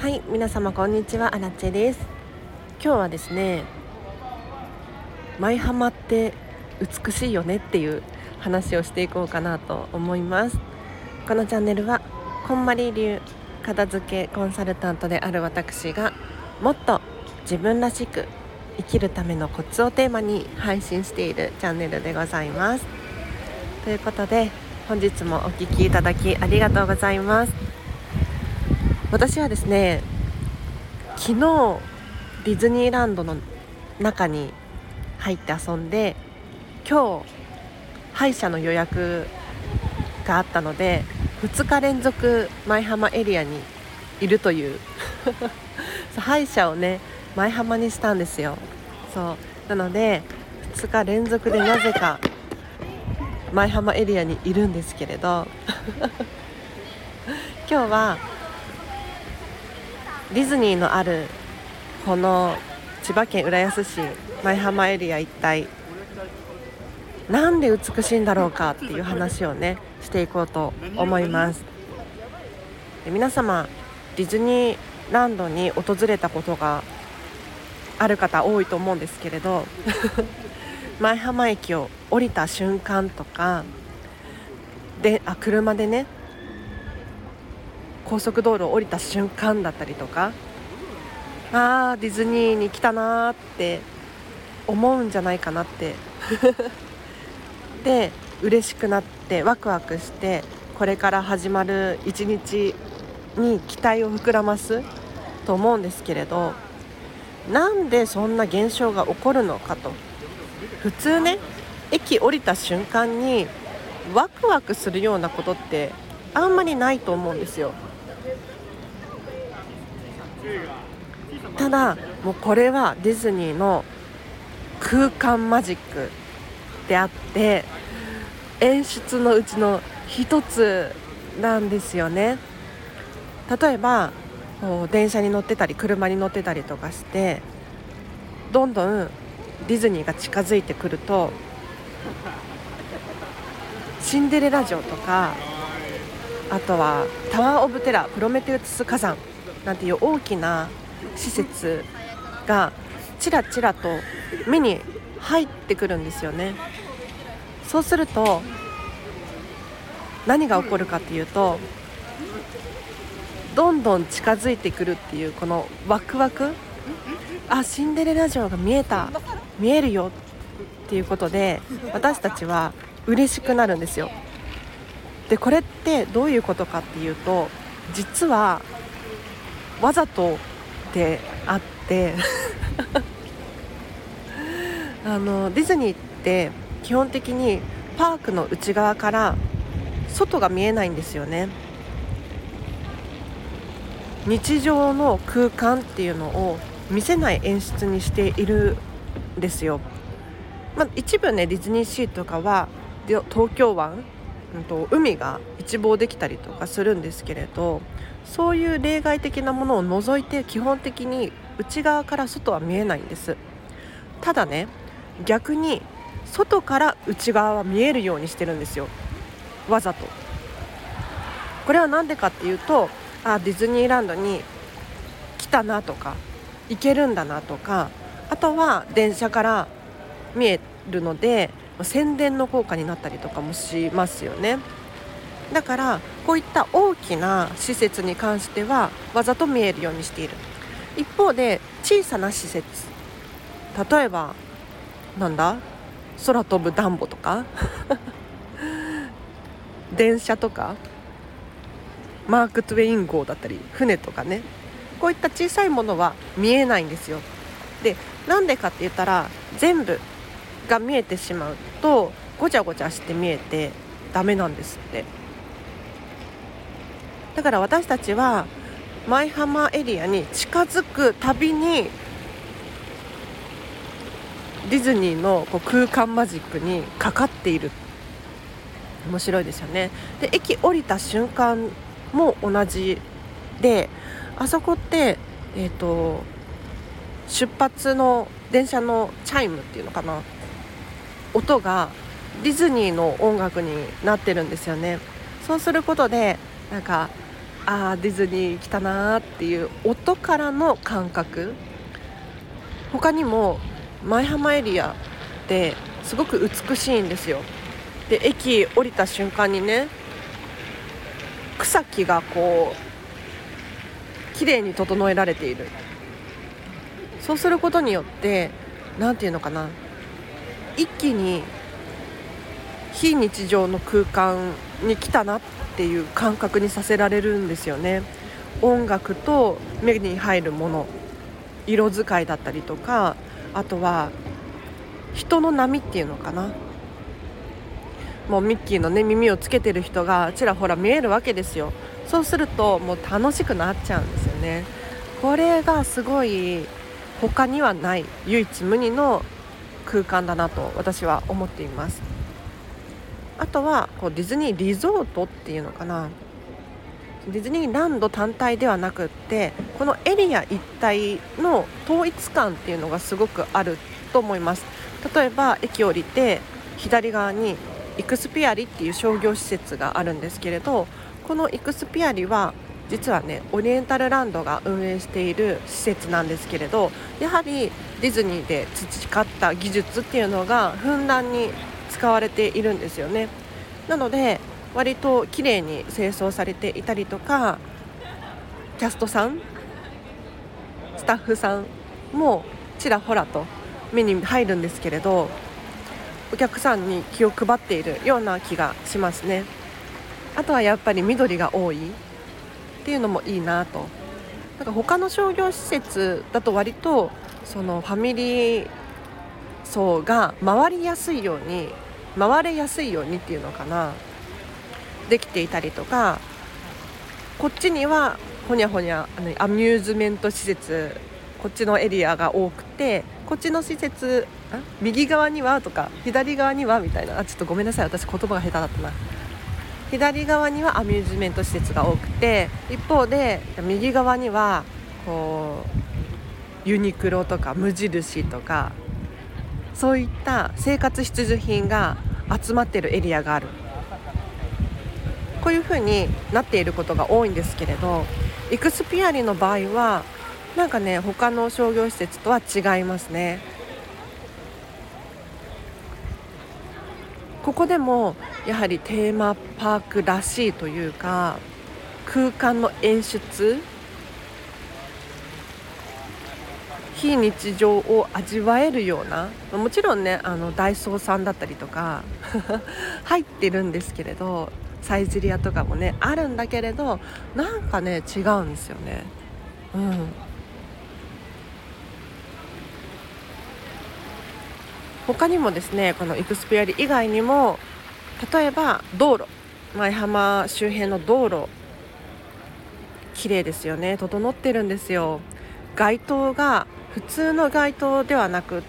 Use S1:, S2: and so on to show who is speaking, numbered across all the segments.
S1: はい、皆様こんにちは、アラチェです。今日はですね、舞浜って美しいよねっていう話をしていこうかなと思います。このチャンネルはこんまり流片付けコンサルタントである私がもっと自分らしく生きるためのコツをテーマに配信しているチャンネルでございます。ということで本日もお聞きいただきありがとうございます。私はですね、昨日ディズニーランドの中に入って遊んで、今日歯医者の予約があったので2日連続舞浜エリアにいるという歯医者をね舞浜にしたんですよ。そうなので2日連続でなぜか舞浜エリアにいるんですけれど今日はディズニーのあるこの千葉県浦安市舞浜エリア一帯、なんで美しいんだろうかっていう話をねしていこうと思います。で、皆様ディズニーランドに訪れたことがある方多いと思うんですけれど舞浜駅を降りた瞬間とかで車でね高速道路を降りた瞬間だったりとか、ディズニーに来たなって思うんじゃないかなってで嬉しくなってワクワクして、これから始まる一日に期待を膨らますと思うんですけれど、なんでそんな現象が起こるのかと。普通ね、駅降りた瞬間にワクワクするようなことってあんまりないと思うんですよ。ただもうこれはディズニーの空間マジックであって、演出のうちの一つなんですよね。例えば電車に乗ってたり車に乗ってたりとかして、どんどんディズニーが近づいてくると、シンデレラ城とか、あとはタワーオブテラー、プロメテウス火山なんていう大きな施設がちらちらと目に入ってくるんですよね。そうすると何が起こるかっていうと、どんどん近づいてくるっていうこのワクワク、シンデレラ城が見えるよっていうことで私たちは嬉しくなるんですよ。でこれってどういうことかっていうと、実はわざとであってディズニーって基本的にパークの内側から外が見えないんですよね。日常の空間っていうのを見せない演出にしているんですよ。一部ねディズニーシーとかは東京湾、海が一望できたりとかするんですけれど、そういう例外的なものを除いて基本的に内側から外は見えないんです。ただね、逆に外から内側は見えるようにしてるんですよ、わざと。これはなんでかっていうと、ディズニーランドに来たなとか行けるんだなとか、あとは電車から見えるので宣伝の効果になったりとかもしますよね。だからこういった大きな施設に関してはわざと見えるようにしている。一方で小さな施設、例えば空飛ぶダンボとか電車とかマーク・トゥエイン号だったり船とかね、こういった小さいものは見えないんですよ。でなんでかって言ったら、全部が見えてしまうとごちゃごちゃして見えてダメなんですって。だから私たちは舞浜エリアに近づくたびにディズニーの空間マジックにかかっている。面白いですよね。で駅降りた瞬間も同じで、あそこって、出発の電車のチャイムっていうのかな、音がディズニーの音楽になってるんですよね。そうすることでディズニー来たなっていう音からの感覚。他にも舞浜エリアってすごく美しいんですよ。で駅降りた瞬間にね、草木がこう綺麗に整えられている。そうすることによってなんていうのかな、一気に非日常の空間に来たなっていう感覚にさせられるんですよね。音楽と目に入るもの、色使いだったりとか、あとは人の波っていうのかな。もうミッキーのね耳をつけてる人がちらほら見えるわけですよ。そうするともう楽しくなっちゃうんですよね。これがすごい他にはない唯一無二の空間だなと私は思っています。あとはこうディズニーリゾートっていうのかな、ディズニーランド単体ではなくって、このエリア一帯の統一感っていうのがすごくあると思います。例えば駅降りて左側にイクスピアリっていう商業施設があるんですけれど、このイクスピアリは実はねオリエンタルランドが運営している施設なんですけれど、やはりディズニーで培った技術っていうのがふんだんに使われているんですよね。なので割と綺麗に清掃されていたりとか、キャストさん、スタッフさんもちらほらと目に入るんですけれど、お客さんに気を配っているような気がしますね。あとはやっぱり緑が多いっていうのもいいなと。なんか他の商業施設だと割とそのファミリー層が回れやすいようにっていうのかな、できていたりとか、こっちにはほにゃほにゃアミューズメント施設、こっちのエリアが多くて、こっちの施設右側にはとか左側にはみたいな、ちょっとごめんなさい、私言葉が下手だったな。左側にはアミューズメント施設が多くて、一方で右側にはこうユニクロとか無印とか、そういった生活必需品が集まっているエリアがある。こういう風になっていることが多いんですけれど、イクスピアリの場合はなんかね他の商業施設とは違いますね。ここでもやはりテーマパークらしいというか、空間の演出、非日常を味わえるような、もちろんねダイソーさんだったりとか入ってるんですけれど、サイゼリヤとかもねあるんだけれど、なんかね違うんですよね。他にもですね、このイクスピアリ以外にも、例えば道路、舞浜周辺の道路綺麗ですよね。整ってるんですよ。街灯が普通の街灯ではなくって、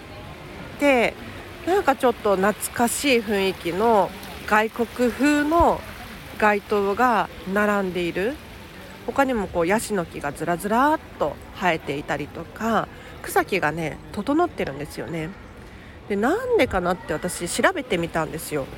S1: なんかちょっと懐かしい雰囲気の外国風の街灯が並んでいる。他にもこうヤシの木がずらずらっと生えていたりとか、草木がね整ってるんですよね。でなんでかなって私調べてみたんですよ。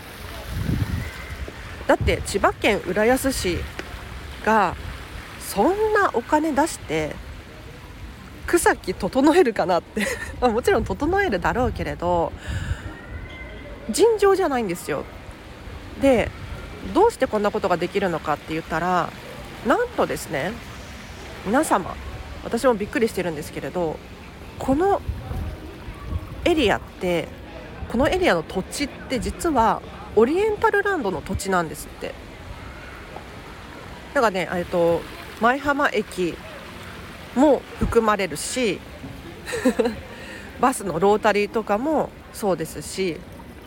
S1: だって千葉県浦安市がそんなお金出して草木整えるかなってもちろん整えるだろうけれど尋常じゃないんですよ。でどうしてこんなことができるのかって言ったら、なんとですね、皆様、私もびっくりしてるんですけれど、このエリアの土地って実はオリエンタルランドの土地なんですって。だからね、舞浜駅も含まれるしバスのロータリーとかもそうですし、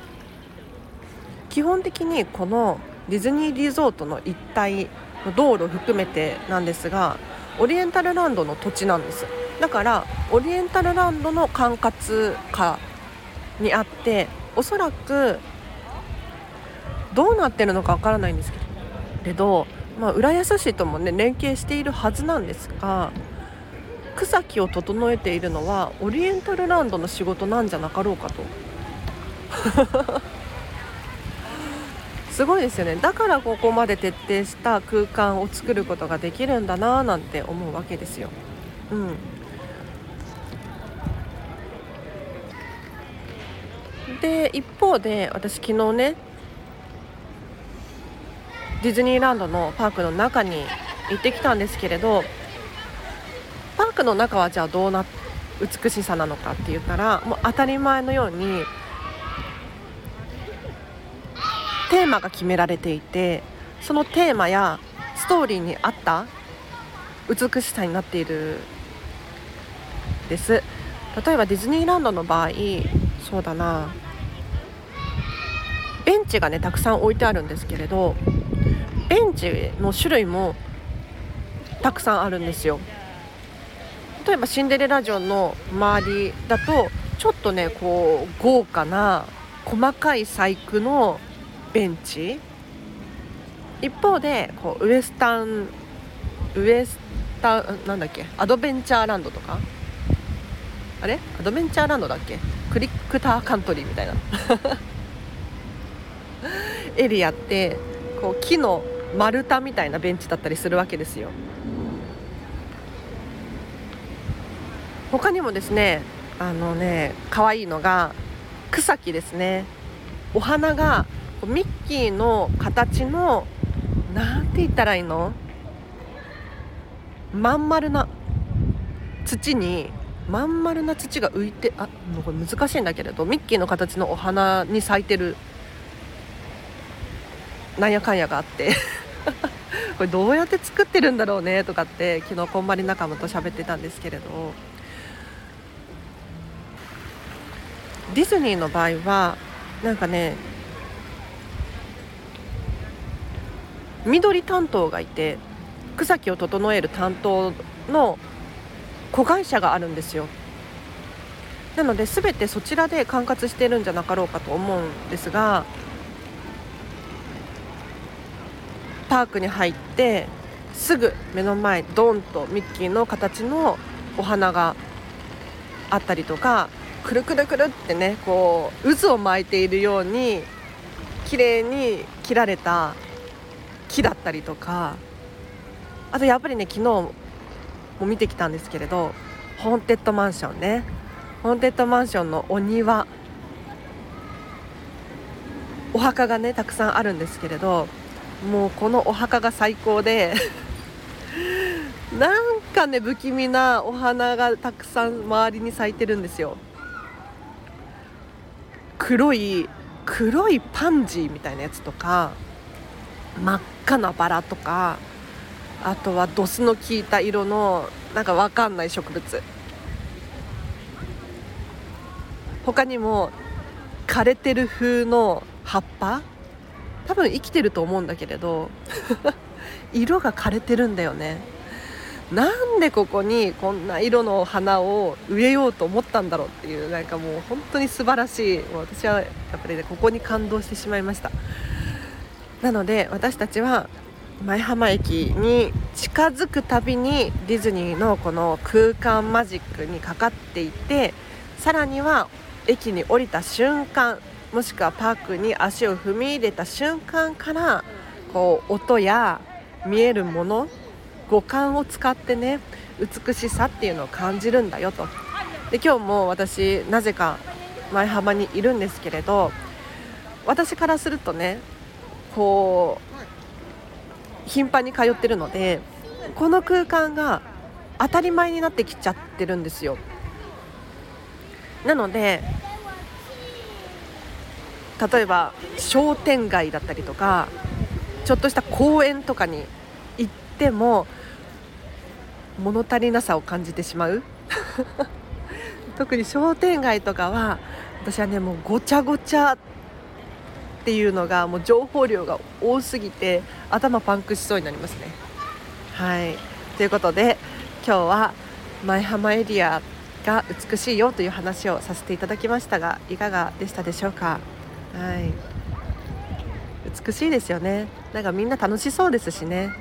S1: 基本的にこのディズニーリゾートの一帯の道路含めてなんですが、オリエンタルランドの土地なんです。だからオリエンタルランドの管轄下にあって、おそらくどうなってるのかわからないんですけれど、浦安市ともね連携しているはずなんですが、草木を整えているのはオリエンタルランドの仕事なんじゃなかろうかとすごいですよね。だからここまで徹底した空間を作ることができるんだななんて思うわけですよ。で一方で私昨日ねディズニーランドのパークの中に行ってきたんですけれど、パークの中はじゃあどうな美しさなのかって言ったら、もう当たり前のようにテーマが決められていて、そのテーマやストーリーに合った美しさになっているです。例えばディズニーランドの場合、そうだな、ベンチがねたくさん置いてあるんですけれど、ベンチの種類もたくさんあるんですよ。例えばシンデレラ城の周りだとちょっとねこう豪華な細かい細工のベンチ、一方でこうウエスタンなんだっけ、アドベンチャーランドとか、あれアドベンチャーランドだっけ、クリックターカントリーみたいなエリアってこう木の丸太みたいなベンチだったりするわけですよ。他にもですね、可愛いのが草木ですね。お花がミッキーの形の、なんて言ったらいいの、まん丸な土が浮いて、もうこれ難しいんだけれど、ミッキーの形のお花に咲いてるなんやかんやがあってこれどうやって作ってるんだろうねとかって昨日こんまり仲間と喋ってたんですけれど、ディズニーの場合はなんかね、緑担当がいて草木を整える担当の子会社があるんですよ。なので全てそちらで管轄しているんじゃなかろうかと思うんですが、パークに入ってすぐ目の前ドンとミッキーの形のお花があったりとか、くるくるくるってねこう渦を巻いているように綺麗に切られた木だったりとか、あとやっぱりね昨日も見てきたんですけれど、ホーンテッドマンションのお庭、お墓がねたくさんあるんですけれど、もうこのお墓が最高でなんかね不気味なお花がたくさん周りに咲いてるんですよ。黒いパンジーみたいなやつとか、真っ赤なバラとか、あとはドスの効いた色のなんかわかんない植物、他にも枯れてる風の葉っぱ、多分生きてると思うんだけれど色が枯れてるんだよね。なんでここにこんな色の花を植えようと思ったんだろうっていう、なんかもう本当に素晴らしい、私はやっぱりねここに感動してしまいました。なので私たちは舞浜駅に近づくたびにディズニーのこの空間マジックにかかっていて、さらには駅に降りた瞬間、もしくはパークに足を踏み入れた瞬間からこう音や見えるもの、五感を使ってね美しさっていうのを感じるんだよと。で今日も私なぜか舞浜にいるんですけれど、私からするとねこう頻繁に通ってるので、この空間が当たり前になってきちゃってるんですよ。なので例えば商店街だったりとかちょっとした公園とかに行っても物足りなさを感じてしまう特に商店街とかは私はねもうごちゃごちゃっていうのがもう情報量が多すぎて頭パンクしそうになりますね。はい、ということで今日は舞浜エリアが美しいよという話をさせていただきましたが、いかがでしたでしょうか。はい、美しいですよね。なんかみんな楽しそうですしね、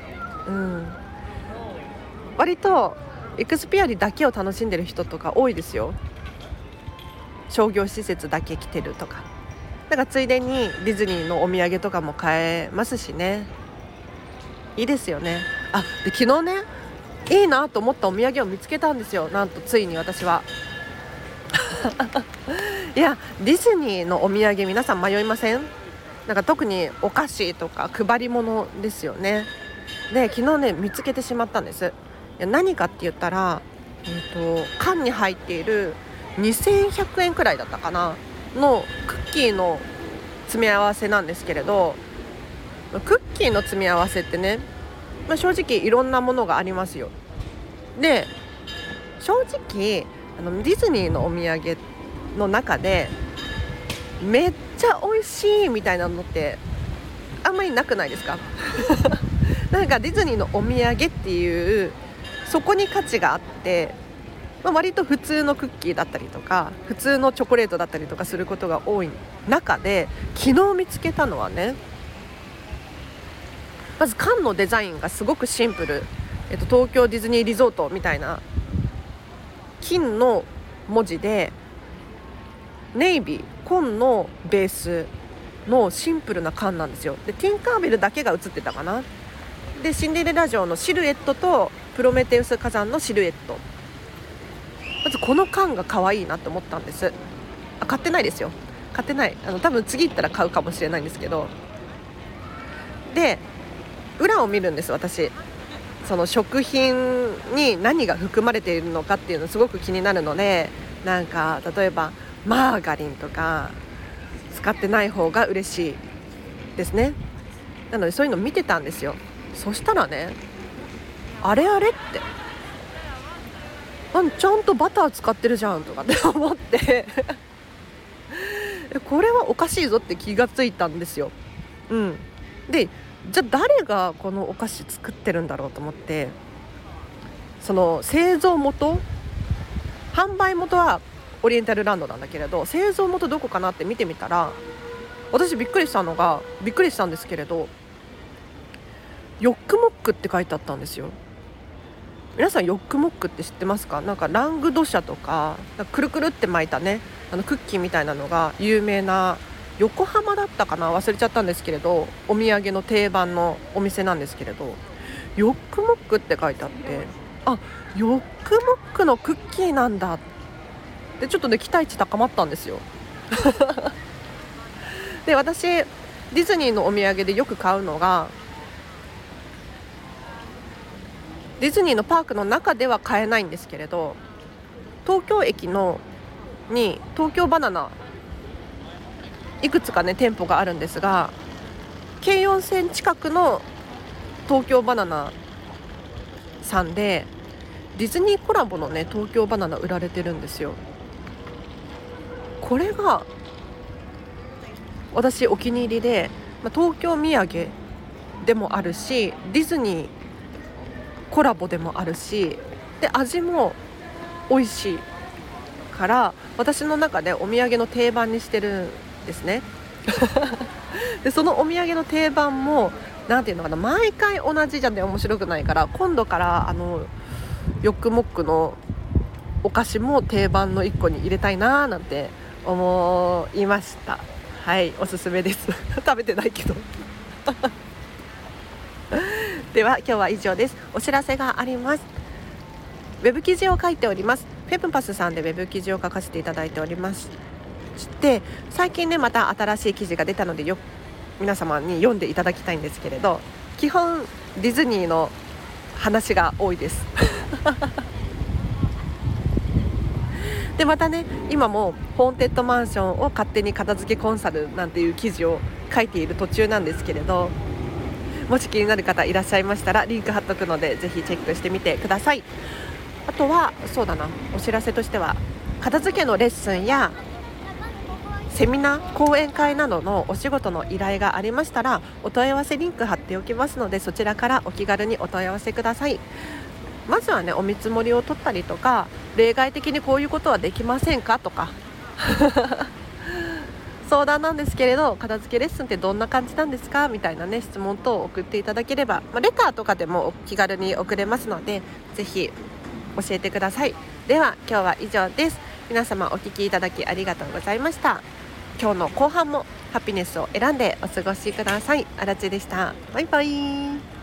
S1: 割とエクスピアリだけを楽しんでる人とか多いですよ。商業施設だけ来てるとか、 だからついでにディズニーのお土産とかも買えますしね。いいですよね。で昨日ね、いいなと思ったお土産を見つけたんですよ。なんとついに私はいや、ディズニーのお土産皆さん迷いません？なんか特にお菓子とか配り物ですよね。で昨日ね見つけてしまったんです。いや何かって言ったら、缶に入っている2100円くらいだったかなのクッキーの詰め合わせなんですけれど、クッキーの詰め合わせってね、正直いろんなものがありますよ。で正直ディズニーのお土産の中でめっちゃ美味しいみたいなのってあんまりなくないですか？なんかディズニーのお土産っていうそこに価値があって、割と普通のクッキーだったりとか普通のチョコレートだったりとかすることが多い中で、昨日見つけたのはね、まず缶のデザインがすごくシンプル、東京ディズニーリゾートみたいな金の文字でネイビー紺のベースのシンプルな缶なんですよ。でティンカーベルだけが写ってたかな。でシンデレラ城のシルエットとプロメテウス火山のシルエット、まずこの缶が可愛いなと思ったんです。買ってないですよ、買ってない。多分次行ったら買うかもしれないんですけど、で裏を見るんです私。その食品に何が含まれているのかっていうのすごく気になるので、なんか例えばマーガリンとか使ってない方が嬉しいですね。なのでそういうの見てたんですよ。そしたらね、あれってちゃんとバター使ってるじゃんとかって思ってこれはおかしいぞって気がついたんですよ。でじゃあ誰がこのお菓子作ってるんだろうと思って、その製造元、販売元はオリエンタルランドなんだけれど、製造元どこかなって見てみたら、私びっくりしたんですけれど、ヨックモックって書いてあったんですよ。皆さんヨックモックって知ってますか？なんかラングドシャとかくるくるって巻いたね、クッキーみたいなのが有名な、横浜だったかな、忘れちゃったんですけれど、お土産の定番のお店なんですけれど、ヨックモックって書いてあって、ヨックモックのクッキーなんだってちょっとね期待値高まったんですよで私ディズニーのお土産でよく買うのが、ディズニーのパークの中では買えないんですけれど、東京駅に東京バナナいくつかね店舗があるんですが、京葉線近くの東京バナナさんでディズニーコラボのね東京バナナ売られてるんですよ。これが私お気に入りで、東京土産でもあるし、ディズニーコラボでもあるし、で味も美味しいから私の中でお土産の定番にしてるんですねでそのお土産の定番もなんていうのかな、毎回同じじゃね面白くないから、今度からヨックモックのお菓子も定番の1個に入れたいななんて思いました。はい、おすすめです食べてないけどでは今日は以上です。お知らせがあります。ウェブ記事を書いております。ペプパスさんでウェブ記事を書かせていただいておりますして、最近ねまた新しい記事が出たので皆様に読んでいただきたいんですけれど、基本ディズニーの話が多いですでまたね今もホーンテッドマンションを勝手に片付けコンサルなんていう記事を書いている途中なんですけれど、もし気になる方いらっしゃいましたらリンク貼っとくのでぜひチェックしてみてください。あとはそうだな、お知らせとしては片付けのレッスンやセミナー、講演会などのお仕事の依頼がありましたらお問い合わせリンク貼っておきますので、そちらからお気軽にお問い合わせください。まずはねお見積もりを取ったりとか、例外的にこういうことはできませんかとか相談なんですけれど、片付けレッスンってどんな感じなんですかみたいなね質問等を送っていただければ、レターとかでもお気軽に送れますのでぜひ教えてください。では今日は以上です。皆様お聞きいただきありがとうございました。今日の後半もハピネスを選んでお過ごしください。あらちでした。バイバイ。